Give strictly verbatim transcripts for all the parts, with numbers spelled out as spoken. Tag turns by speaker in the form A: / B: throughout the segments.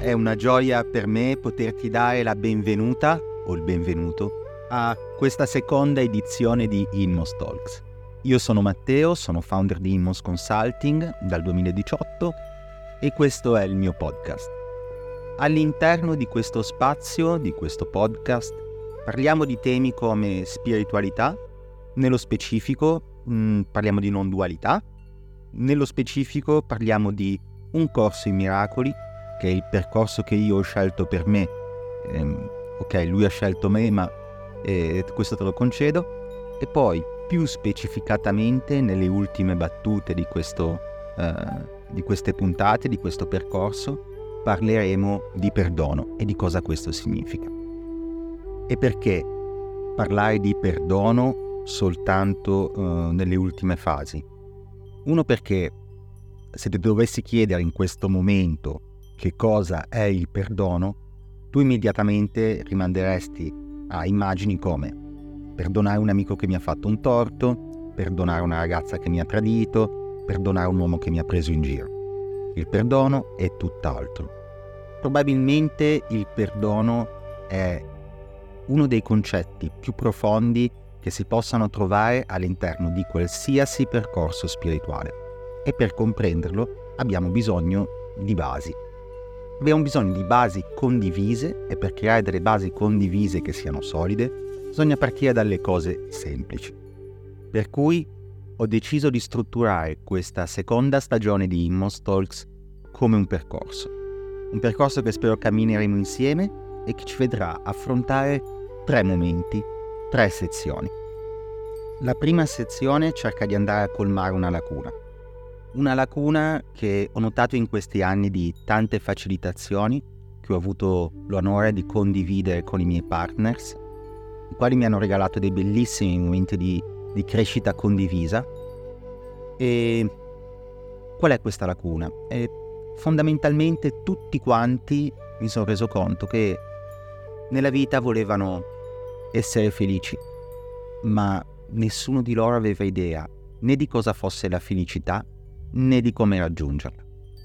A: è una gioia per me poterti dare la benvenuta o il benvenuto a questa seconda edizione di Inmos Talks. Io sono Matteo, sono founder di Inmos Consulting dal duemiladiciotto e questo è il mio podcast. All'interno di questo spazio, di questo podcast, parliamo di temi come spiritualità, nello specifico mh, parliamo di non dualità, nello specifico parliamo di un corso in miracoli, che è il percorso che io ho scelto per me. Ehm, ok, lui ha scelto me, ma eh, questo te lo concedo. E poi, più specificatamente, nelle ultime battute di, questo, eh, di queste puntate, di questo percorso, parleremo di perdono e di cosa questo significa. E perché parlare di perdono soltanto eh, nelle ultime fasi? Uno, perché se ti dovessi chiedere in questo momento che cosa è il perdono, tu immediatamente rimanderesti a immagini come perdonare un amico che mi ha fatto un torto, perdonare una ragazza che mi ha tradito, perdonare un uomo che mi ha preso in giro. Il perdono è tutt'altro. Probabilmente il perdono è uno dei concetti più profondi che si possano trovare all'interno di qualsiasi percorso spirituale. E per comprenderlo abbiamo bisogno di basi. Abbiamo bisogno di basi condivise, e per creare delle basi condivise che siano solide, bisogna partire dalle cose semplici. Per cui ho deciso di strutturare questa seconda stagione di Inmos Talks come un percorso. Un percorso che spero cammineremo insieme e che ci vedrà affrontare tre momenti, tre sezioni. La prima sezione cerca di andare a colmare una lacuna. Una lacuna che ho notato in questi anni di tante facilitazioni che ho avuto l'onore di condividere con i miei partners, i quali mi hanno regalato dei bellissimi momenti di, di crescita condivisa. E qual è questa lacuna? E fondamentalmente tutti quanti mi sono reso conto che nella vita volevano essere felici, ma nessuno di loro aveva idea né di cosa fosse la felicità né di come raggiungerla.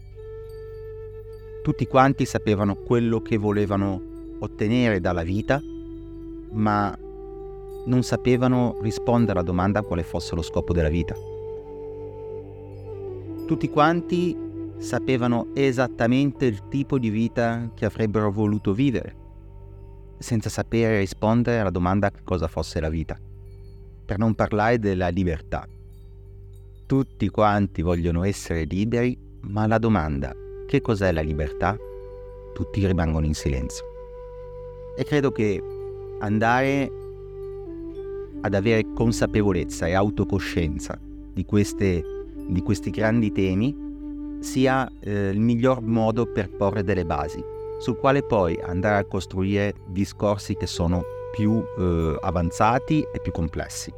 A: Tutti quanti sapevano quello che volevano ottenere dalla vita, ma non sapevano rispondere alla domanda quale fosse lo scopo della vita. Tutti quanti sapevano esattamente il tipo di vita che avrebbero voluto vivere, senza sapere rispondere alla domanda cosa fosse la vita. Per non parlare della libertà. Tutti quanti vogliono essere liberi, ma la domanda che cos'è la libertà? Tutti rimangono in silenzio. E credo che andare ad avere consapevolezza e autocoscienza di, queste, di questi grandi temi sia eh, il miglior modo per porre delle basi, sul quale poi andare a costruire discorsi che sono più eh, avanzati e più complessi.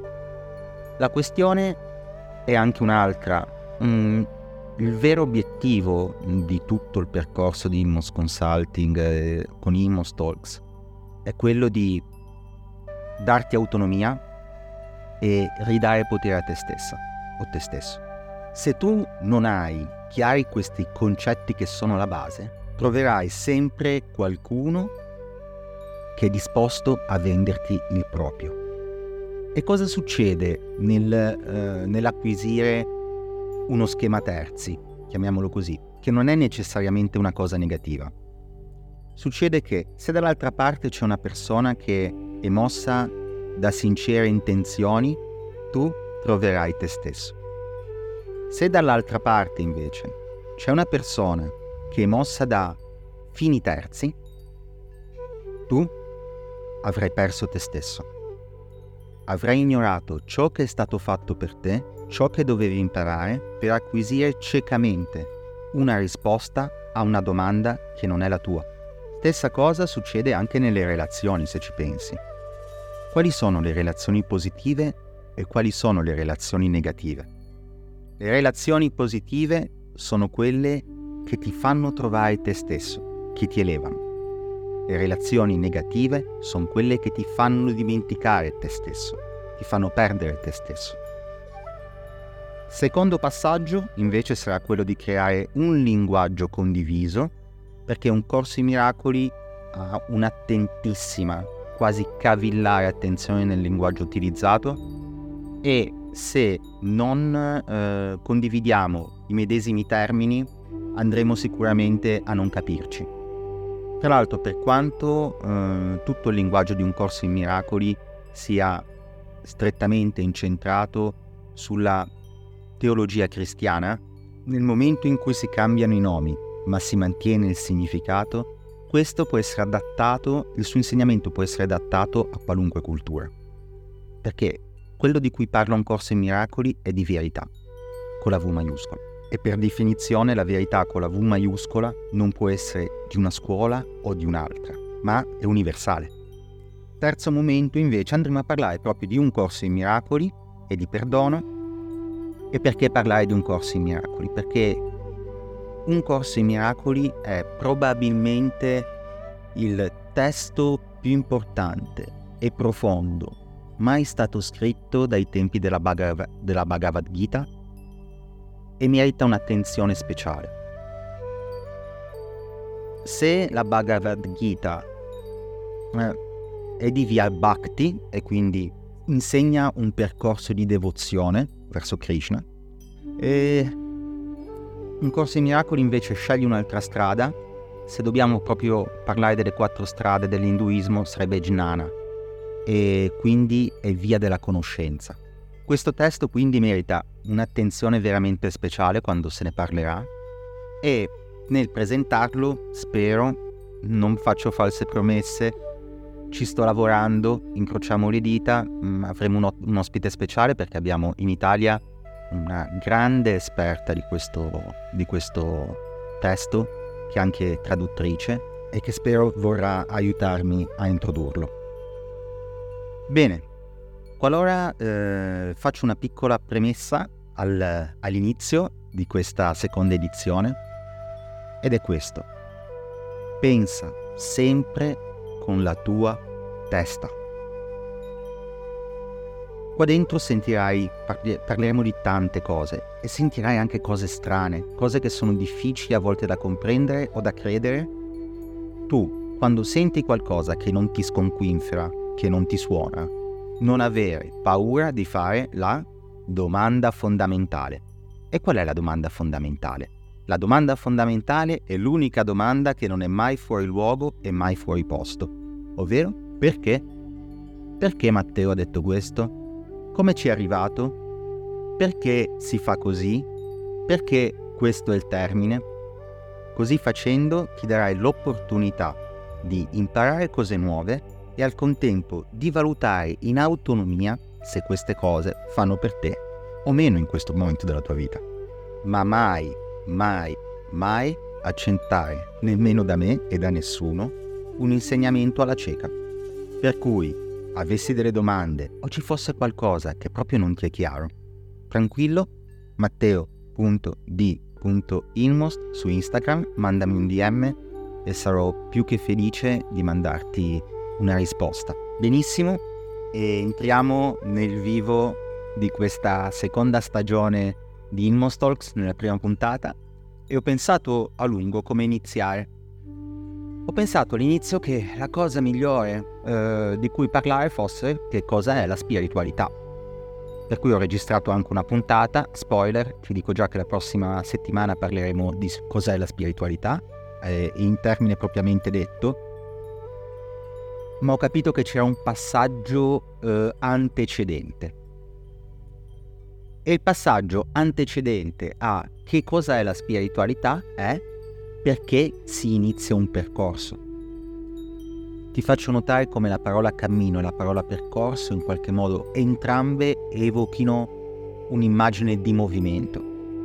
A: La questione è anche un'altra. Mm, il vero obiettivo di tutto il percorso di Inmos Consulting eh, con Inmos Talks è quello di darti autonomia e ridare potere a te stessa o te stesso. Se tu non hai chiari questi concetti che sono la base, troverai sempre qualcuno che è disposto a venderti il proprio. E cosa succede nel, eh, nell'acquisire uno schema terzi, chiamiamolo così, che non è necessariamente una cosa negativa? Succede che se dall'altra parte c'è una persona che è mossa da sincere intenzioni, tu troverai te stesso. Se dall'altra parte invece c'è una persona che è mossa da fini terzi, tu avrai perso te stesso. Avrai ignorato ciò che è stato fatto per te, ciò che dovevi imparare per acquisire ciecamente una risposta a una domanda che non è la tua. Stessa cosa succede anche nelle relazioni, se ci pensi. Quali sono le relazioni positive e quali sono le relazioni negative? Le relazioni positive sono quelle che ti fanno trovare te stesso, che ti elevano. Le relazioni negative sono quelle che ti fanno dimenticare te stesso, ti fanno perdere te stesso. Secondo passaggio invece sarà quello di creare un linguaggio condiviso Perché un corso in miracoli ha un'attentissima, quasi cavillare attenzione nel linguaggio utilizzato, e se non eh, condividiamo i medesimi termini andremo sicuramente a non capirci. Tra l'altro, per quanto eh, tutto il linguaggio di un corso in miracoli sia strettamente incentrato sulla teologia cristiana, nel momento in cui si cambiano i nomi ma si mantiene il significato, questo può essere adattato, il suo insegnamento può essere adattato a qualunque cultura. Perché quello di cui parla un corso in miracoli è di verità, con la V maiuscola. E per definizione la verità con la V maiuscola non può essere di una scuola o di un'altra, ma è universale. Terzo momento invece andremo a parlare proprio di un corso in miracoli e di perdono. E perché parlare di un corso in miracoli? Perché un corso in miracoli è probabilmente il testo più importante e profondo mai stato scritto dai tempi della, Bhagav- della Bhagavad Gita e merita un'attenzione speciale. Se la Bhagavad Gita eh, è di via Bhakti e quindi insegna un percorso di devozione verso Krishna, e un corso in miracoli invece sceglie un'altra strada. Se dobbiamo proprio parlare delle quattro strade dell'induismo sarebbe Jnana, e quindi è via della conoscenza. Questo testo quindi merita un'attenzione veramente speciale quando se ne parlerà, e nel presentarlo spero, non faccio false promesse, ci sto lavorando, incrociamo le dita, mh, avremo un, un ospite speciale perché abbiamo in Italia una grande esperta di questo, di questo testo, che è anche traduttrice e che spero vorrà aiutarmi a introdurlo. Bene, qualora eh, faccio una piccola premessa al, all'inizio di questa seconda edizione, ed è questo: pensa sempre con la tua testa. Qua dentro sentirai, parli, parleremo di tante cose, e sentirai anche cose strane, cose che sono difficili a volte da comprendere o da credere. Tu, quando senti qualcosa che non ti sconquinfera, che non ti suona, non avere paura di fare la domanda fondamentale. E qual è la domanda fondamentale? La domanda fondamentale è l'unica domanda che non è mai fuori luogo e mai fuori posto, ovvero perché? Perché Matteo ha detto questo? Come ci è arrivato? Perché si fa così? Perché questo è il termine? Così facendo ti darai l'opportunità di imparare cose nuove e al contempo di valutare in autonomia se queste cose fanno per te o meno in questo momento della tua vita. Ma mai, mai, mai accettare, nemmeno da me e da nessuno, un insegnamento alla cieca. Per cui, avessi delle domande o ci fosse qualcosa che proprio non ti è chiaro, tranquillo, matteo punto d punto inmost su Instagram, mandami un D M e sarò più che felice di mandarti una risposta. Benissimo, e entriamo nel vivo di questa seconda stagione di Inmost Talks, nella prima puntata, e ho pensato a lungo come iniziare. Ho pensato all'inizio che la cosa migliore eh, di cui parlare fosse che cosa è la spiritualità. Per cui ho registrato anche una puntata, spoiler, ti dico già che la prossima settimana parleremo di cos'è la spiritualità, eh, in termine propriamente detto, ma ho capito che c'era un passaggio eh, antecedente. E il passaggio antecedente a che cosa è la spiritualità è perché si inizia un percorso. Ti faccio notare come la parola cammino e la parola percorso in qualche modo entrambe evochino un'immagine di movimento.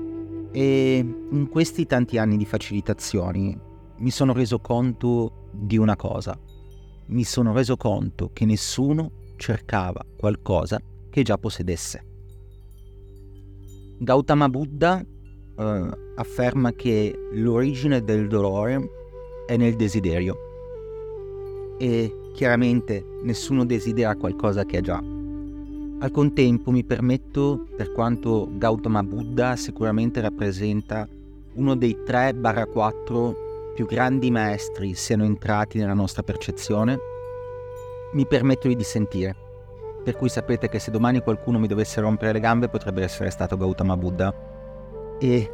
A: E in questi tanti anni di facilitazioni mi sono reso conto di una cosa. Mi sono reso conto che nessuno cercava qualcosa che già possedesse. Gautama Buddha Uh, afferma che l'origine del dolore è nel desiderio, e chiaramente nessuno desidera qualcosa che ha già. Al contempo mi permetto, per quanto Gautama Buddha sicuramente rappresenta uno dei tre quattro più grandi maestri siano entrati nella nostra percezione, mi permetto di dissentire. Per cui sapete che se domani qualcuno mi dovesse rompere le gambe potrebbe essere stato Gautama Buddha. E,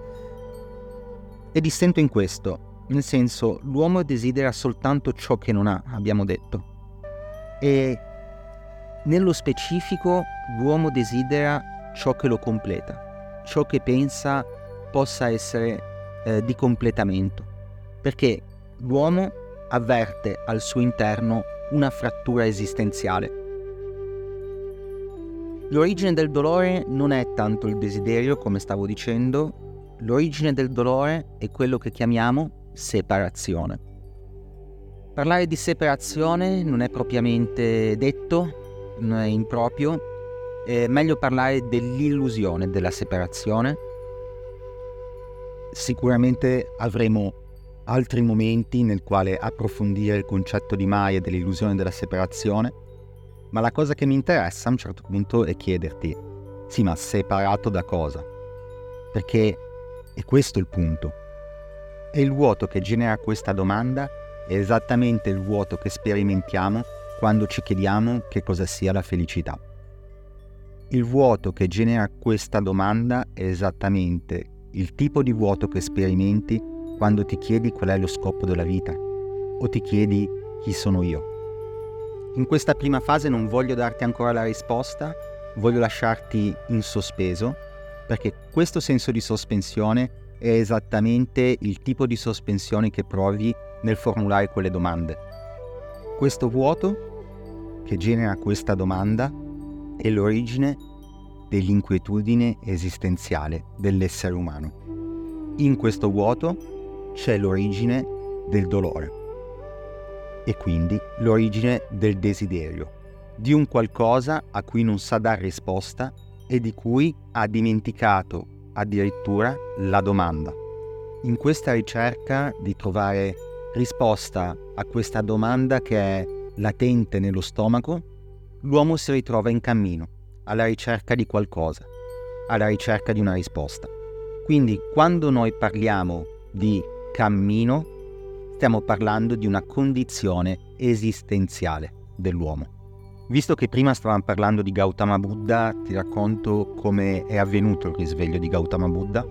A: e dissento in questo, nel senso, l'uomo desidera soltanto ciò che non ha, abbiamo detto. E nello specifico l'uomo desidera ciò che lo completa, ciò che pensa possa essere eh, di completamento, perché l'uomo avverte al suo interno una frattura esistenziale. L'origine del dolore non è tanto il desiderio, come stavo dicendo, l'origine del dolore è quello che chiamiamo separazione. Parlare di separazione non è propriamente detto, non è improprio, è meglio parlare dell'illusione della separazione. Sicuramente avremo altri momenti nel quale approfondire il concetto di Maya e dell'illusione della separazione, ma la cosa che mi interessa a un certo punto è chiederti, sì, ma separato da cosa? Perché è questo il punto. E il vuoto che genera questa domanda è esattamente il vuoto che sperimentiamo quando ci chiediamo che cosa sia la felicità. Il vuoto che genera questa domanda è esattamente il tipo di vuoto che sperimenti quando ti chiedi qual è lo scopo della vita o ti chiedi chi sono io. In questa prima fase non voglio darti ancora la risposta, voglio lasciarti in sospeso, perché questo senso di sospensione è esattamente il tipo di sospensione che provi nel formulare quelle domande. Questo vuoto che genera questa domanda è l'origine dell'inquietudine esistenziale dell'essere umano. In questo vuoto c'è l'origine del dolore e quindi l'origine del desiderio, di un qualcosa a cui non sa dar risposta e di cui ha dimenticato addirittura la domanda. In questa ricerca di trovare risposta a questa domanda che è latente nello stomaco, l'uomo si ritrova in cammino, alla ricerca di qualcosa, alla ricerca di una risposta. Quindi quando noi parliamo di cammino, stiamo parlando di una condizione esistenziale dell'uomo. Visto che prima stavamo parlando di Gautama Buddha, ti racconto come è avvenuto il risveglio di Gautama Buddha.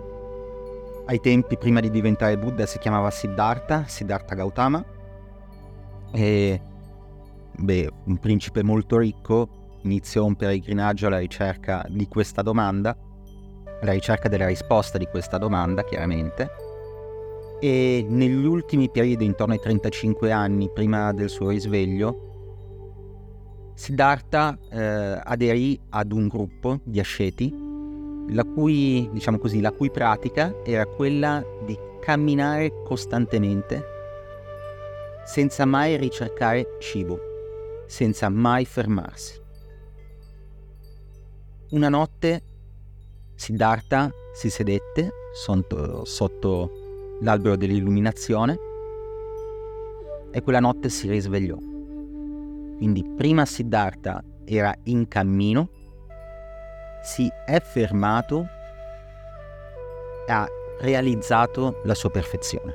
A: Ai tempi, prima di diventare Buddha, si chiamava Siddhartha, Siddhartha Gautama, e beh, un principe molto ricco iniziò un pellegrinaggio alla ricerca di questa domanda, alla ricerca della risposta di questa domanda, chiaramente, e negli ultimi periodi, intorno ai trentacinque anni prima del suo risveglio, Siddhartha eh, aderì ad un gruppo di asceti, la cui, diciamo così, la cui pratica era quella di camminare costantemente, senza mai ricercare cibo, senza mai fermarsi. Una notte Siddhartha si sedette sotto, sotto l'albero dell'illuminazione e quella notte si risvegliò. Quindi prima Siddhartha era in cammino, si è fermato e ha realizzato la sua perfezione.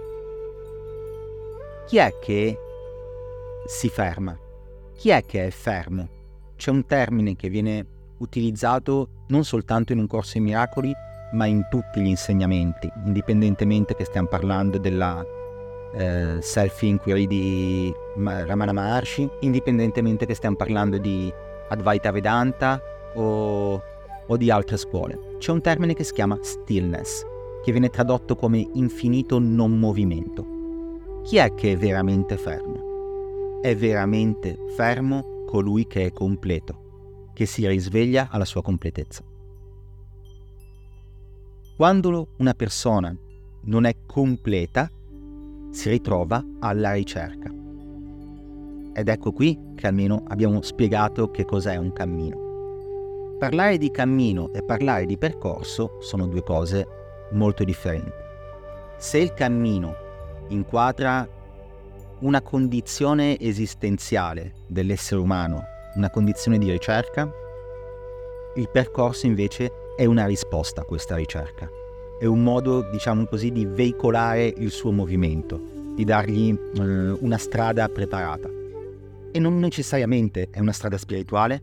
A: Chi è che si ferma? Chi è che è fermo? C'è un termine che viene utilizzato non soltanto in un corso in miracoli, ma in tutti gli insegnamenti, indipendentemente che stiamo parlando della eh, self-inquiry di Ramana Maharshi, indipendentemente che stiamo parlando di Advaita Vedanta o, o di altre scuole. C'è un termine che si chiama stillness, che viene tradotto come infinito non movimento. Chi è che è veramente fermo? È veramente fermo colui che è completo, che si risveglia alla sua completezza. Quando una persona non è completa, si ritrova alla ricerca. Ed ecco qui che almeno abbiamo spiegato che cos'è un cammino. Parlare di cammino e parlare di percorso sono due cose molto differenti. Se il cammino inquadra una condizione esistenziale dell'essere umano, una condizione di ricerca, il percorso invece è una risposta a questa ricerca. è un modo, diciamo così, di veicolare il suo movimento, di dargli eh, una strada preparata. E non necessariamente è una strada spirituale,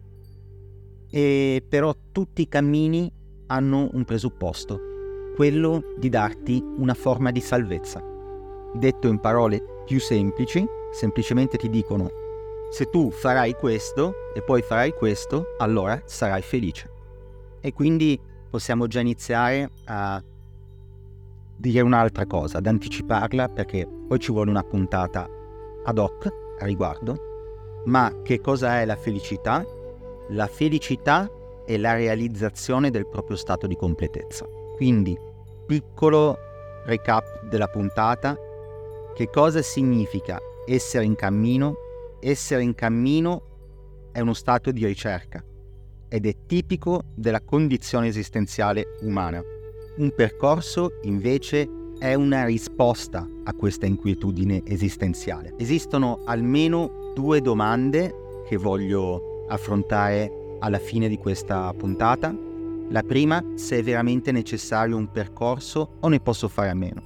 A: e però tutti i cammini hanno un presupposto, quello di darti una forma di salvezza. Detto in parole più semplici, semplicemente ti dicono: se tu farai questo e poi farai questo, allora sarai felice. E quindi possiamo già iniziare a dire un'altra cosa, ad anticiparla, perché poi ci vuole una puntata ad hoc a riguardo. Ma che cosa è la felicità? La felicità è la realizzazione del proprio stato di completezza. Quindi, piccolo recap della puntata: che cosa significa essere in cammino? Essere in cammino è uno stato di ricerca ed è tipico della condizione esistenziale umana. Un percorso, invece, è una risposta a questa inquietudine esistenziale. Esistono almeno due domande che voglio affrontare alla fine di questa puntata. La prima: se è veramente necessario un percorso o ne posso fare a meno.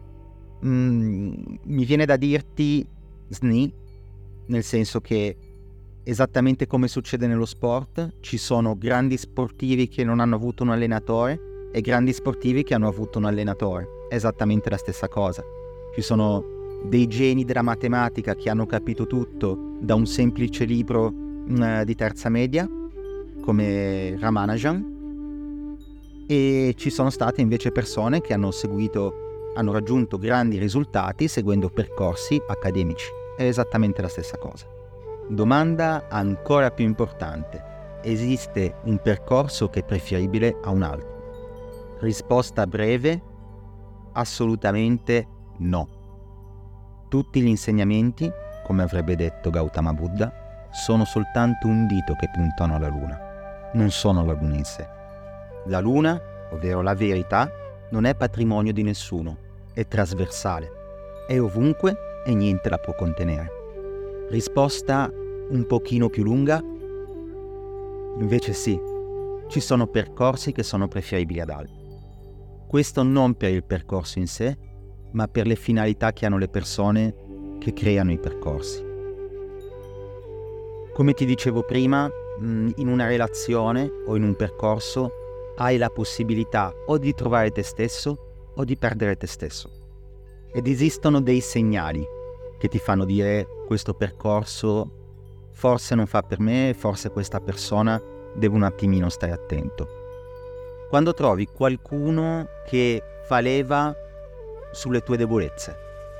A: Mm, mi viene da dirti sni, nel senso che, esattamente come succede nello sport, ci sono grandi sportivi che non hanno avuto un allenatore e grandi sportivi che hanno avuto un allenatore. È esattamente la stessa cosa. Ci sono dei geni della matematica che hanno capito tutto da un semplice libro mh, di terza media, come Ramanujan, e ci sono state invece persone che hanno seguito, hanno raggiunto grandi risultati seguendo percorsi accademici. È esattamente la stessa cosa. Domanda ancora più importante: esiste un percorso che è preferibile a un altro? Risposta breve: assolutamente no. Tutti gli insegnamenti, come avrebbe detto Gautama Buddha, sono soltanto un dito che puntano alla luna, non sono la luna in sé. La luna, ovvero la verità, non è patrimonio di nessuno, è trasversale, è ovunque e niente la può contenere. Risposta un pochino più lunga: invece sì, ci sono percorsi che sono preferibili ad altri. Questo non per il percorso in sé, ma per le finalità che hanno le persone che creano i percorsi. Come ti dicevo prima, in una relazione o in un percorso hai la possibilità o di trovare te stesso o di perdere te stesso. Ed esistono dei segnali che ti fanno dire: questo percorso forse non fa per me, forse questa persona devo un attimino stare attento. Quando trovi qualcuno che fa leva sulle tue debolezze,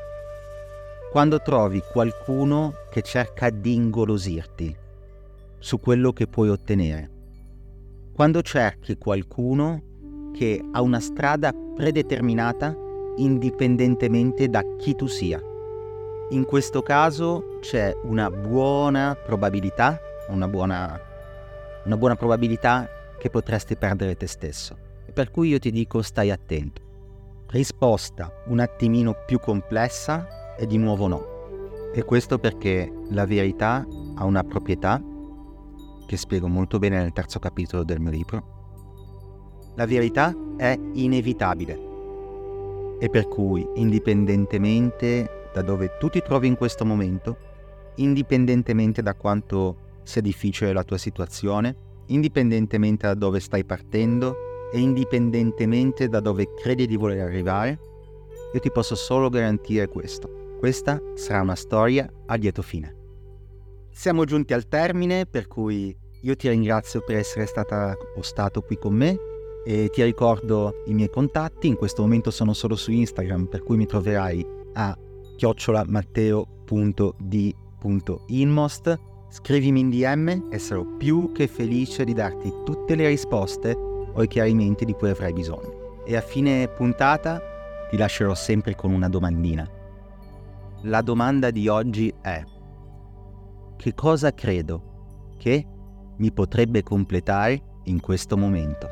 A: quando trovi qualcuno che cerca di ingolosirti su quello che puoi ottenere, quando cerchi qualcuno che ha una strada predeterminata indipendentemente da chi tu sia. In questo caso c'è una buona probabilità, una buona, una buona probabilità che potresti perdere te stesso. E per cui io ti dico: stai attento. Risposta un attimino più complessa e di nuovo no. E questo perché la verità ha una proprietà che spiego molto bene nel terzo capitolo del mio libro. La verità è inevitabile e per cui, indipendentemente da dove tu ti trovi in questo momento, indipendentemente da quanto sia difficile la tua situazione, indipendentemente da dove stai partendo e indipendentemente da dove credi di voler arrivare, io ti posso solo garantire questo: questa sarà una storia a lieto fine. Siamo giunti al termine, per cui io ti ringrazio per essere stata o stato qui con me e ti ricordo i miei contatti. In questo momento sono solo su Instagram, per cui mi troverai a chiocciola matteo punto d punto inmost. Scrivimi in D M e sarò più che felice di darti tutte le risposte o i chiarimenti di cui avrai bisogno. E a fine puntata ti lascerò sempre con una domandina. La domanda di oggi è: che cosa credo che mi potrebbe completare in questo momento?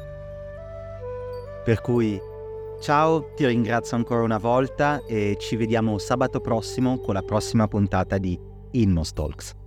A: Per cui ciao, ti ringrazio ancora una volta e ci vediamo sabato prossimo con la prossima puntata di Inmost Talks.